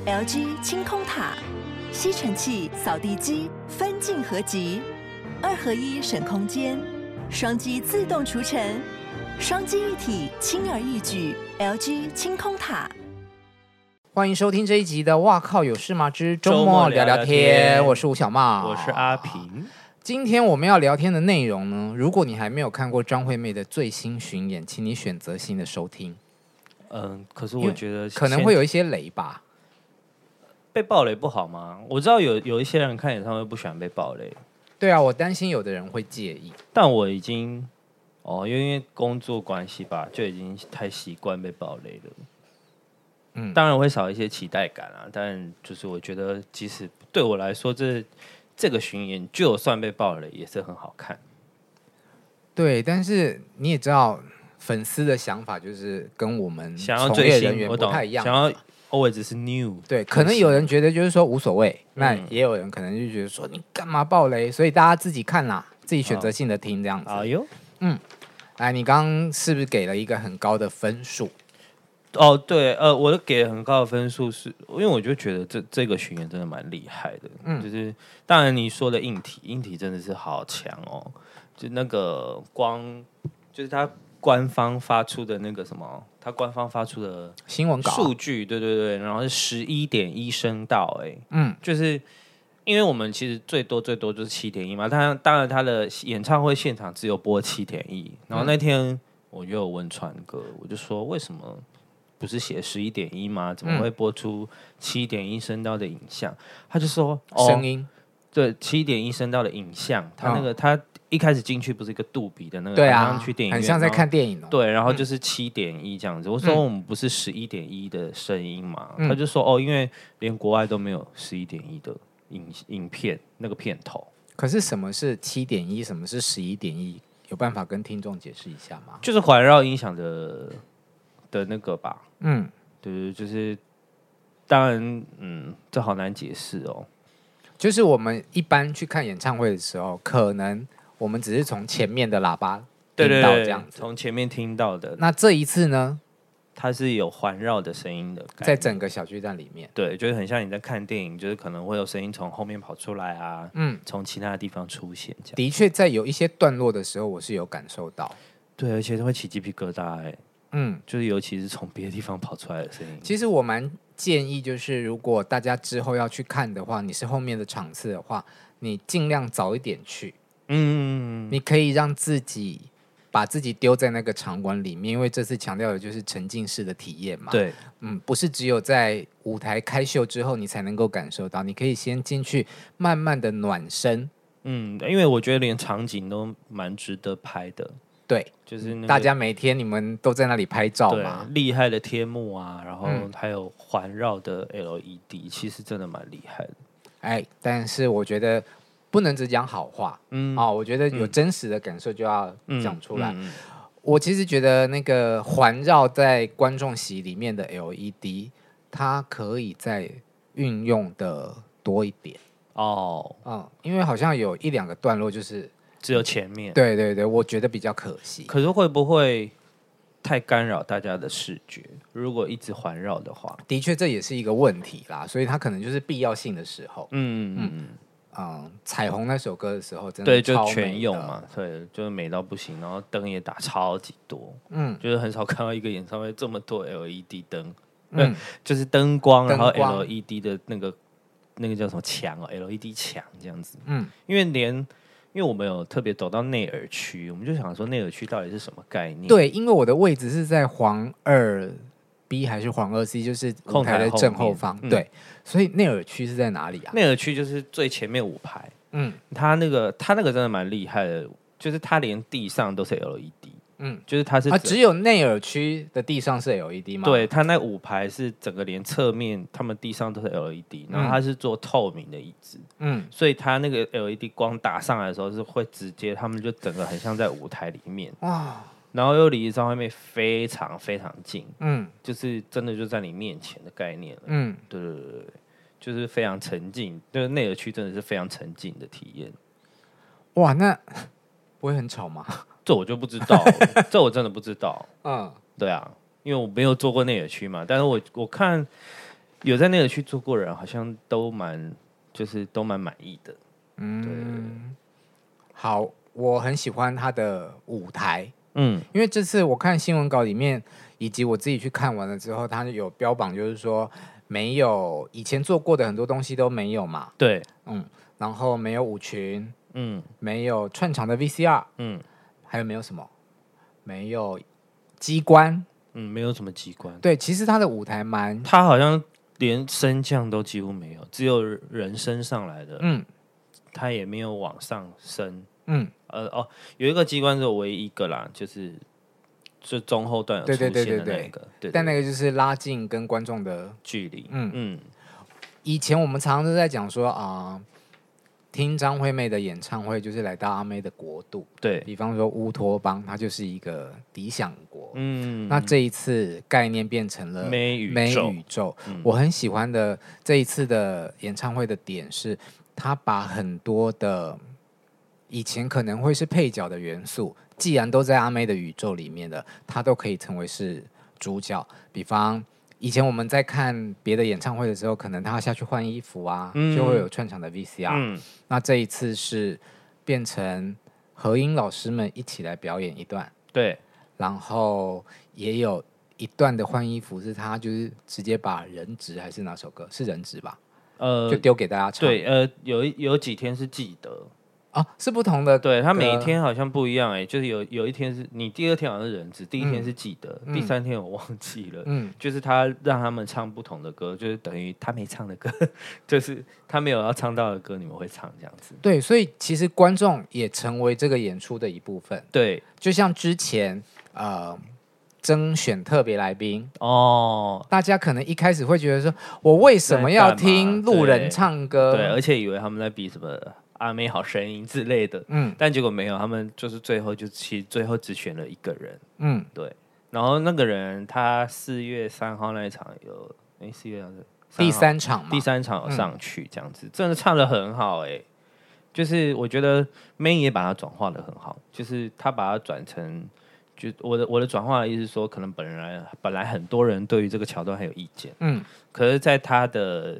LG 清空塔，吸尘器、扫地机分镜合集，2合1省空间，双击自动除尘，双击一体轻而易举。LG 清空塔。 欢迎收听这一集的哇靠有事吗之周末聊聊天，我是吴小茂， 我是阿平。 今天我们要聊天的内容呢，如果你还没有看过张惠妹的最新巡演，请你选择性的收听。 可是我觉得可能会有一些雷吧。 被爆雷不好吗？我知道有一些人看演唱会不喜欢被爆雷。 对啊，我担心有的人会介意。 但我已经因为工作关系吧，就已经太习惯被爆雷了。当然会少一些期待感啊。但就是我觉得，即使对我来说，这个巡演就算被爆雷，也是很好看。 对，但是你也知道，粉丝的想法就是跟我们从想要最新业人员不太一样， 想要 always 是 new。 对，可能有人觉得就是说无所谓，那也有人可能就觉得说你干嘛爆雷？所以大家自己看啦，自己选择性的听这样子。 哎呦， 来，你刚刚是不是给了一个很高的分数？ 对，我给了很高的分数，是因为我就觉得这个巡演真的蛮厉害的。就是当然你说的硬体真的是好强哦，就那个光，就是他官方发出的那个什么，他官方发出的新闻稿数据，对，然后是11.1声道，就是因为我们其实最多就是7.1嘛，当然他的演唱会现场只有播7.1，然后那天我就有问川哥，我就说为什么不是写11.1吗？怎么会播出7.1声道的影像？他就说声音， 对，7.1声道的影像，他那个他一开始进去不是一个杜比的那个， 对啊， 好像去电影院， 很像在看电影哦。 对，然后就是7.1这样子。我说我们不是11.1的声音嘛？他就说因为连国外都没有11.1的影片那个片头。 可是什么是7.1，什么是11.1？有办法跟听众解释一下吗？ 就是环绕音响的那个吧。对，就是当然，这好难解释哦。 就是我们一般去看演唱会的时候，可能我们只是从前面的喇叭听到这样子， 从前面听到的。 那这一次呢， 它是有环绕的声音的， 在整个小巨蛋里面， 对，就是很像你在看电影，就是可能会有声音从后面跑出来啊，从其他的地方出现这样。 的确，在有一些段落的时候，我是有感受到， 对，而且会起鸡皮疙瘩就是尤其是从别的地方跑出来的声音。 其实我蛮建议，就是如果大家之后要去看的话，你是后面的场次的话，你尽量早一点去。你可以让自己把自己丢在那个场馆里面，因为这次强调的就是沉浸式的体验嘛。 对， 不是只有在舞台开秀之后你才能够感受到，你可以先进去慢慢的暖身。 因为我觉得连场景都蛮值得拍的。 对， 就是大家每天你们都在那里拍照嘛， 厉害的天幕啊，然后还有环绕的 LED，其实真的蛮厉害的。 但是我觉得不能只讲好话，我觉得有真实的感受就要讲出来。我其实觉得那个环绕在观众席里面的 LED， 它可以再运用的多一点因为好像有1-2个段落就是只有前面， 对，我觉得比较可惜。 可是会不会太干扰大家的视觉？如果一直环绕的话， 的确这也是一个问题啦，所以它可能就是必要性的时候。彩虹那首歌的时候，真的对，就超美的全用嘛，对，就是美到不行，然后灯也打超级多，就是很少看到一个演唱会这么多 LED 灯，就是灯光，然后 LED 的那个叫什么墙LED 墙这样子，因为我们有特别走到内耳区，我们就想说内耳区到底是什么概念？ 对，因为我的位置是在黄2B 还是黄2C，就是舞台的正后方。对，所以内耳区是在哪里啊？ 内耳区就是最前面5排。他那个真的蛮厉害的，就是他连地上都是 LED。就是它是只有内耳区的地上是 LED 吗？ 对，它那5排是整个连侧面，他们地上都是 LED， 然后它是做透明的椅子，所以它那个 LED 光打上来的时候是会直接，他们就整个很像在舞台里面哇，然后又离张惠妹非常非常近，就是真的就在你面前的概念了，对，就是非常沉浸，就是内耳区真的是非常沉浸的体验。 哇，那不会很吵吗？ 这我就不知道，这我真的不知道。对啊，因为我没有做过内耳区嘛，但是我看有在那个去做过人，好像都蛮满意的。 好，我很喜欢他的舞台，因为这次我看新闻稿里面，以及我自己去看完了之后，他有标榜就是说没有以前做过的很多东西都没有嘛， 对， 然后没有舞群，没有串场的 VCR，还有没有什么？没有机关， 没有什么机关。 对，其实他的舞台他好像连升降都几乎没有，只有人升上来的，他也没有往上升，有一个机关是唯一一个啦，就是中后段有出现的那个，对， 但那个就是拉近跟观众的距离， 以前我们常常都在讲说听张惠妹的演唱会就是来到阿妹的国度， 对， 比方说乌托邦，它就是一个理想国，那这一次概念变成了妹宇宙， 我很喜欢的这一次的演唱会的点是，他把很多的以前可能会是配角的元素，既然都在阿妹的宇宙里面的，他都可以成为是主角。比方以前我们在看别的演唱会的时候，可能他要下去换衣服啊，就会有串场的 VCR。那这一次是变成和音老师们一起来表演一段， 对， 然后也有一段的换衣服是他就是直接把人质还是哪首歌是人质吧，就丢给大家唱。 对，有几天是记得。 是不同的， 对，他每一天好像不一样就是有一天是你第二天好像是人质，第一天是记得，第三天我忘记了，就是他让他们唱不同的歌，就是等于他没唱的歌，就是他没有要唱到的歌，你们会唱这样子。 对，所以其实观众也成为这个演出的一部分。 对， 就像之前征选特别来宾大家可能一开始会觉得说，我为什么要听路人唱歌？ 对，而且以为他们在比什么阿妹好声音之类的，但结果没有，他们就是最后其实最后只选了一个人，对，然后那个人他4月3号那一场有4月第三场有上去，这样子真的唱得很好就是我觉得 May 也把它转化得很好，就是他把它转成，就我的转化的意思是说，可能本来很多人对于这个桥段很有意见，可是在他的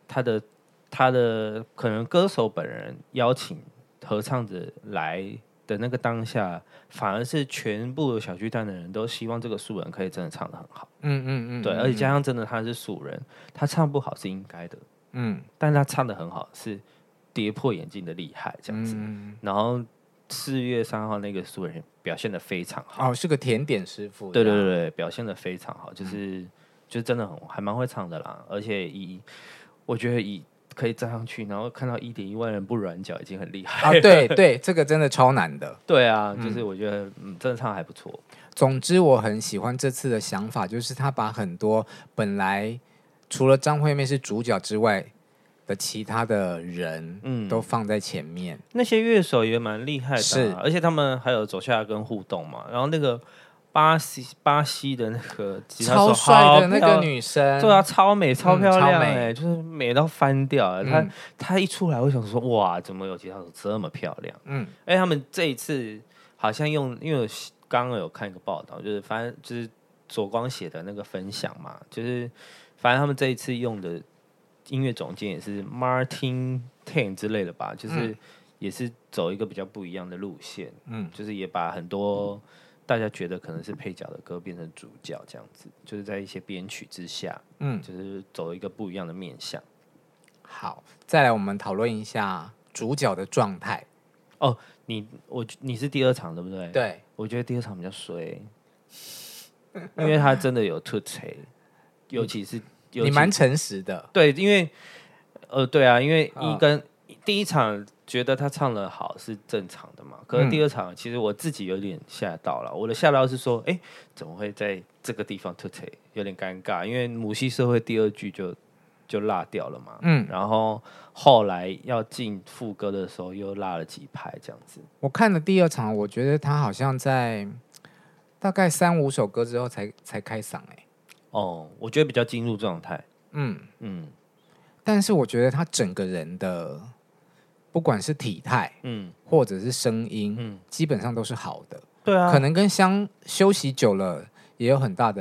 可能歌手本人邀请合唱者来的那个当下，反而是全部的小巨蛋的人都希望这个素人可以真的唱得很好。对，而且加上真的他是素人，他唱不好是应该的。但他唱得很好，是跌破眼镜的厉害这样子。然后4月3号那个素人表现得非常好。 是个甜点师傅。 对，表现得非常好，就是真的还蛮会唱的啦。而且我觉得可以站上去，然后看到1.1万人不软脚，已经很厉害对，这个真的超难的。 对啊，就是我觉得真的唱还不错。 总之，我很喜欢这次的想法，就是他把很多本来除了张惠妹是主角之外的其他的人，都放在前面。 那些乐手也蛮厉害的， 是， 而且他们还有走下来跟互动嘛。然后那个巴西的那个吉他手超帅的那个女生， 对啊，超美超漂亮就是美到翻掉了。她一出来，我想说哇，怎么有吉他手这么漂亮？他们这一次好像因为我刚刚有看一个报道，就是反正就是左光写的那个分享嘛，就是反正他们这一次用的音乐总监也是 Martin Tan 之类的吧，就是也是走一个比较不一样的路线，就是也把很多大家觉得可能是配角的歌变成主角这样子，就是在一些编曲之下，就是走一个不一样的面向。 好，再来我们讨论一下主角的状态。 你是第二场对不对？ 对， 我觉得第二场比较衰，因为他真的有吐槽，尤其是你蛮诚实的。 对，因为对啊，因为第一场觉得他唱得好是正常的嘛，可是第二场其实我自己有点吓到了。我的吓到是说，怎么会在这个地方吐槽，有点尴尬，因为母系社会第二句就落掉了嘛，然后后来要进副歌的时候又落了几拍这样子。 我看了第二场，我觉得他好像在大概3-5首歌之后才开嗓我觉得比较进入状态。 但是我觉得他整个人的不管是体态，或者是声音，基本上都是好的。 对啊， 可能跟休息久了也有很大的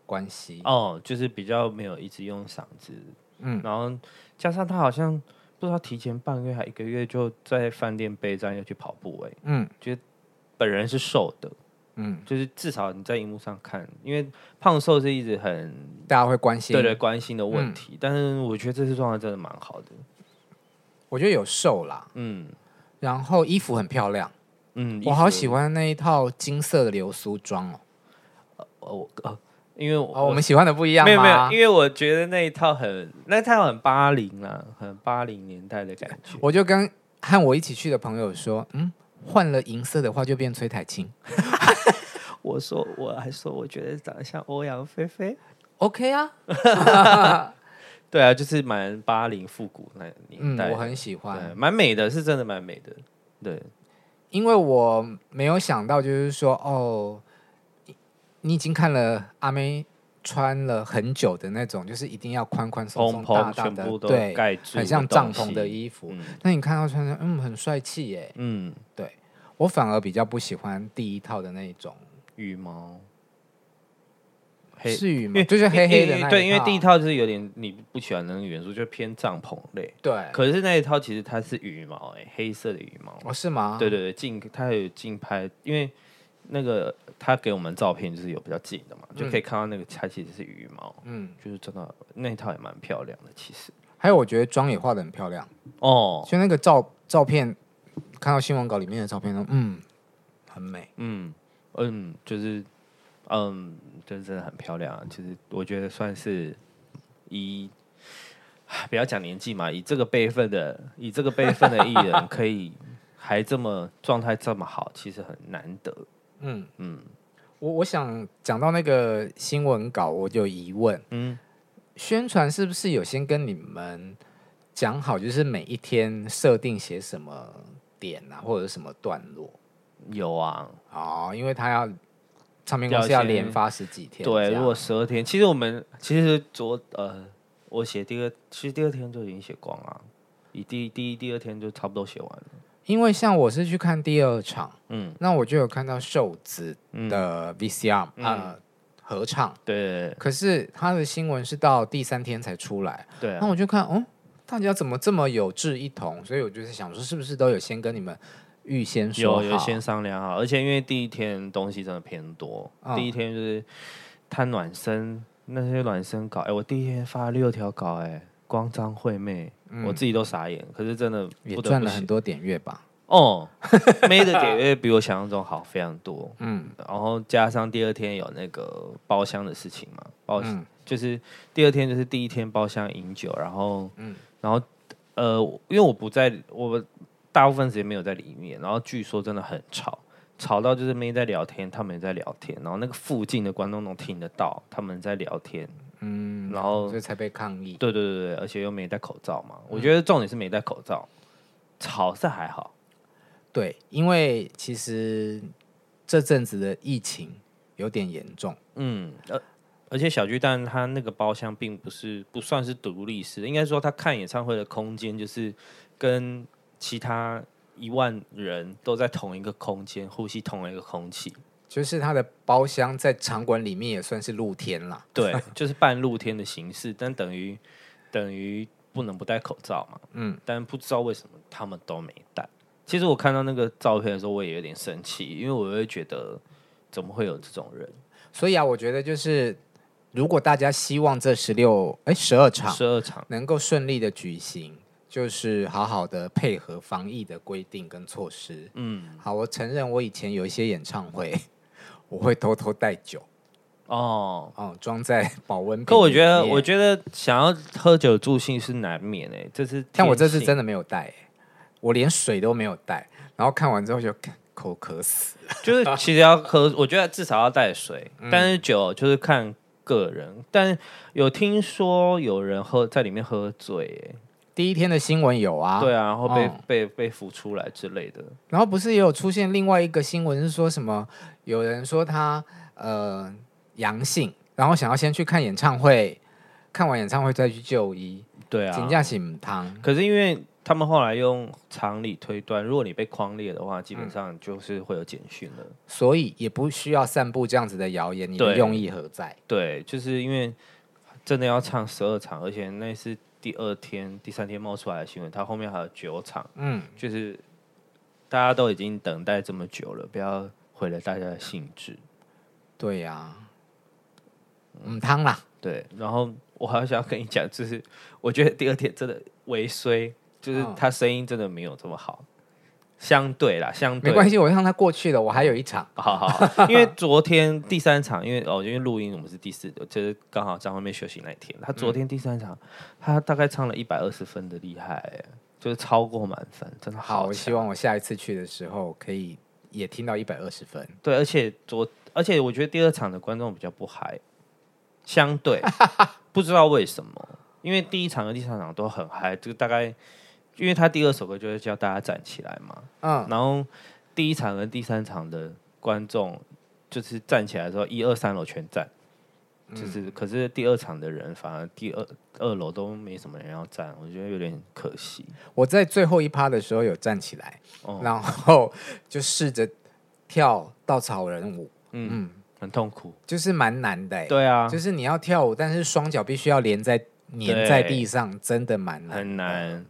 关系哦，就是比较没有一直用嗓子，然后加上他好像不知道提前半个月还1个月就在饭店备战要去跑步，觉得本人是瘦的，就是至少你在荧幕上看，因为胖瘦是一直很大家会关心， 对关心的问题，但是我觉得这次状态真的蛮好的， 我觉得有瘦啦，然后衣服很漂亮，我好喜欢那一套金色的流苏装哦， 因为我们喜欢的不一样吗？ 没有，因为我觉得那一套很80啦，很80年代的感觉。 我就跟和我一起去的朋友说，换了银色的话就变崔台青。 我还说我觉得长得像欧阳菲菲 ，OK 啊， 对啊，就是蛮80复古那年代， 我很喜欢， 蛮美的，是真的蛮美的，对， 因为我没有想到，就是说你已经看了阿妹穿了很久的那种，就是一定要宽宽松松、大大的，对， 盖住， 很像帐篷的衣服。那你看到穿的，很帅气耶。对，我反而比较不喜欢第一套的那一种羽毛， 是羽毛，就是黑黑的那一套。 对，因为第一套就是有点你不喜欢的那个元素，就偏帐篷类。 对， 可是那一套其实它是羽毛，黑色的羽毛。 哦，是吗？ 对对对，它有竞拍，因为那个他给我们照片就是有比较近的嘛，就可以看到那个它其实是羽毛，就是真的那一套也蛮漂亮的。其实还有我觉得妆也画得很漂亮哦，就那个照片，看到新闻稿里面的照片都很美， 就是真的很漂亮。其实我觉得算是不要讲年纪嘛，以这个辈分的艺人可以还这么状态这么好，其实很难得。 我想讲到那个新闻稿，我就有疑问。宣传是不是有先跟你们讲好，就是每一天设定写什么点啊，或者什么段落？ 有啊， 因为他要唱片公司要连发10几天， 对，如果12天，其实我写第二天就已经写光了，第二天就差不多写完了。 因为像我是去看第2场，那我就有看到瘦子的 VCR 合唱， 对。 可是他的新闻是到第3天才出来， 对。 那我就看，大家怎么这么有志一同？所以我就是想说，是不是都有先跟你们预先说好？ 有先商量好，而且因为第一天东西真的偏多，第一天就是他暖身那些暖身稿，我第一天发了6条稿，光张惠妹。我自己都傻眼，可是真的也赚了很多点阅吧？ 妹的点阅比我想象中好非常多。然后加上第2天有那个包厢的事情嘛，就是第2天就是第一天包厢饮酒，然后因为我大部分时间没有在里面，然后据说真的很吵到就是妹在聊天，他们也在聊天，然后那个附近的观众都听得到他们在聊天。然后所以才被抗议。 对，而且又没戴口罩嘛。我觉得重点是没戴口罩，吵是还好。 对，因为其实这阵子的疫情有点严重。 而且小巨蛋他那个包厢并不算是独立式的，应该说他看演唱会的空间就是跟其他1万人都在同一个空间呼吸同一个空气。 就是他的包厢在场馆里面也算是露天啦， 对，就是半露天的形式，但等于不能不戴口罩嘛，但不知道为什么他们都没戴。其实我看到那个照片的时候，我也有点生气，因为我会觉得怎么会有这种人？ 所以我觉得就是如果大家希望这12场能够顺利的举行，就是好好的配合防疫的规定跟措施。好，我承认我以前有一些演唱会。我会偷偷带酒，装在保温瓶。 可我觉得想要喝酒助兴是难免但我这次真的没有带，我连水都没有带，然后看完之后就口渴死了。 就是其实要喝，我觉得至少要带水，但是酒就是看个人。但有听说有人在里面喝醉， 第一天的新闻有啊， 对啊，然后被浮出来之类的。 然后不是也有出现另外一个新闻是说什么？有人说他阳性，然后想要先去看演唱会，看完演唱会再去就医。 对啊， 请假请汤。 可是因为他们后来用常理推断，如果你被匡列的话，基本上就是会有简讯了， 所以也不需要散布这样子的谣言，你的用意何在？ 对，就是因为真的要唱12场，而且那是第2天、第3天冒出来的新闻，它后面还有9场，就是大家都已经等待这么久了，不要毁了大家的兴致。 对呀，汤啦。 对，然后我还想要跟你讲，就是我觉得第2天真的微衰，就是他声音真的没有这么好，相对没关系，我让他过去了，我还有一场。 好，因为昨天第3场，因为录音我们是第4，就是刚好张惠妹休息那一天，他昨天第3场，他大概唱了120分的厉害，就是超过满分，真的好。 我希望我下一次去的时候可以也听到120分。 对，而且我觉得第2场的观众比较不嗨。相对不知道为什么，因为第1场和第3场都很嗨，就大概因为他第2首歌就会叫大家站起来嘛，然后第1场跟第3场的观众就是站起来的时候，1、2、3楼全站，就是可是第2场的人反而第二楼都没什么人要站，我觉得有点可惜。 我在最后一趴的时候有站起来，然后就试着跳稻草人舞， 很痛苦， 就是蛮难的。 对啊， 就是你要跳舞，但是双脚必须要粘在地上，真的蛮难， 很难。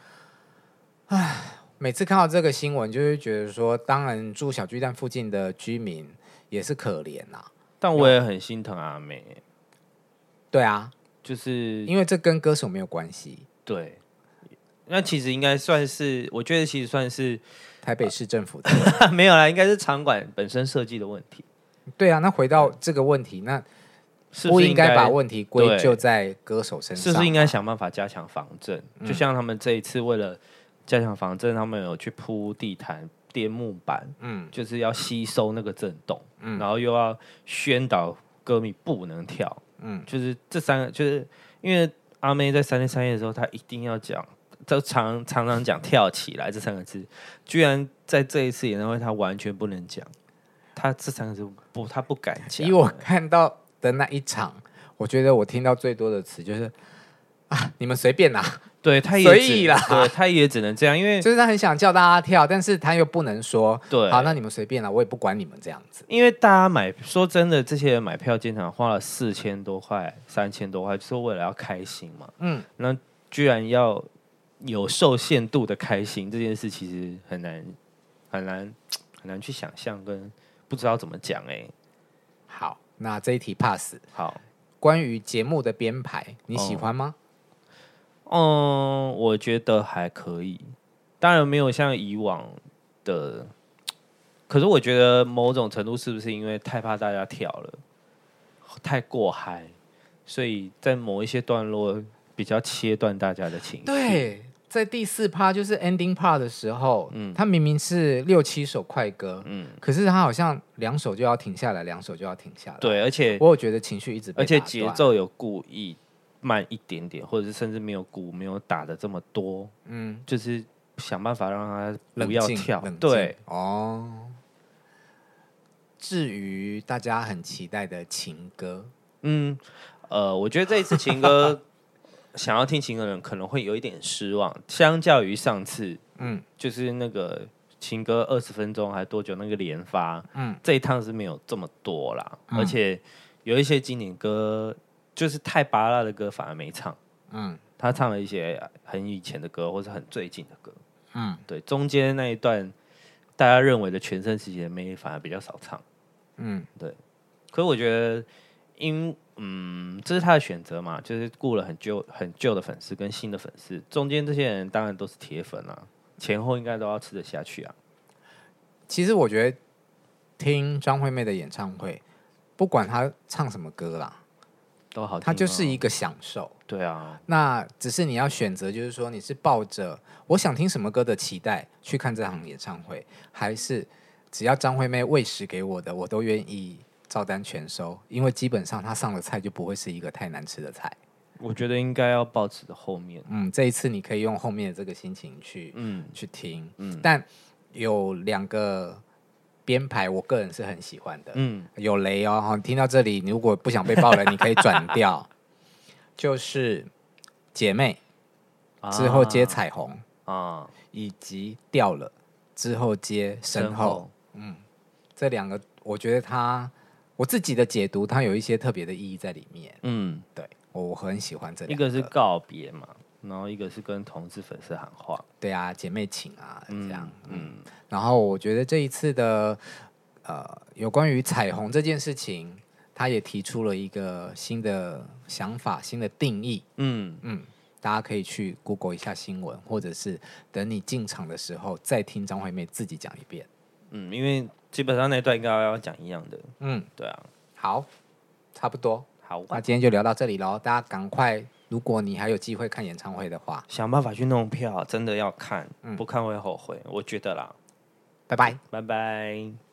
每次看到这个新闻，就会觉得说，当然住小巨蛋附近的居民也是可怜啊。 但我也很心疼阿妹。 对啊， 就是因为这跟歌手没有关系。 对，那其实应该算是，我觉得其实算是台北市政府的没有啦，应该是场馆本身设计的问题。 对啊，那回到这个问题，那不应该把问题归咎在歌手身上， 是不是应该想办法加强防震？就像他们这一次为了加强防震，他们有去铺地毯、垫木板，就是要吸收那个震动，然后又要宣导歌迷不能跳，就是这3个，就是因为阿妹在3天3夜的时候，她一定要讲，都常常讲跳起来这3个字，居然在这一次演唱会，她完全不能讲。他这3个字他不敢讲。 以我看到的那一场，我觉得我听到最多的词就是你们随便啦。 对，他也随意啦。 对，他也只能这样，因为就是他很想叫大家跳，但是他又不能说对， 好，那你们随便啦，我也不管你们这样子。 因为大家说真的，这些人买票进场花了4000多块、3000多块，就是为了要开心嘛。那居然要有受限度的开心，这件事其实很难去想象跟。不知道怎么讲好，那这一题 pass。 好， 关于节目的编排，你喜欢吗？ 我觉得还可以，当然没有像以往的，可是我觉得某种程度是不是因为太怕大家跳了，太过嗨，所以在某一些段落比较切断大家的情绪。 对。在第4趴就是 ending part 的时候，他明明是6、7首快歌，可是他好像2首就要停下来，2首就要停下来。 对，而且我有觉得情绪一直被打断， 而且节奏有故意慢一点点，或者是甚至没有鼓没有打的这么多，就是想办法让他不要跳。对， 至于大家很期待的情歌， 我觉得这一次情歌。想要听情歌的人可能会有一点失望，相较于上次，就是那个情歌20分钟还多久那个连发，这一趟是没有这么多啦，而且有一些经典歌，就是太芭乐的歌反而没唱，他唱了一些很以前的歌或是很最近的歌，对，中间那一段大家认为的全盛时期的妹反而比较少唱，对，可是我觉得这是他的选择嘛，就是雇了很旧的粉丝跟新的粉丝，中间这些人当然都是铁粉啊，前后应该都要吃得下去啊。 其实我觉得听张惠妹的演唱会，不管她唱什么歌啦， 都好听， 它就是一个享受。 对啊， 那只是你要选择，就是说你是抱着我想听什么歌的期待去看这场演唱会，还是只要张惠妹喂食给我的，我都愿意照单全收，因为基本上他上的菜就不会是一个太难吃的菜。 我觉得应该要抱持的后面， 这一次你可以用后面的这个心情去听，但有2个编排，我个人是很喜欢的，有雷哦，听到这里，你如果不想被爆雷，你可以转掉，就是姐妹之后接彩虹， 啊，以及掉了之后接身后，这两个我觉得我自己的解读，它有一些特别的意义在里面。对，我很喜欢这两个。 一个是告别嘛，然后一个是跟同志粉丝喊话。 对啊，姐妹情啊，这样。然后我觉得这一次的有关于彩虹这件事情，他也提出了一个新的想法、新的定义。大家可以去 Google 一下新闻，或者是等你进场的时候再听张惠妹自己讲一遍。 因为基本上那段应该要讲一样的。对啊。 好，差不多。 好， 那今天就聊到这里咯，大家赶快，如果你还有机会看演唱会的话， 想办法去弄票，真的要看，不看会后悔，我觉得啦。 拜拜， 拜拜。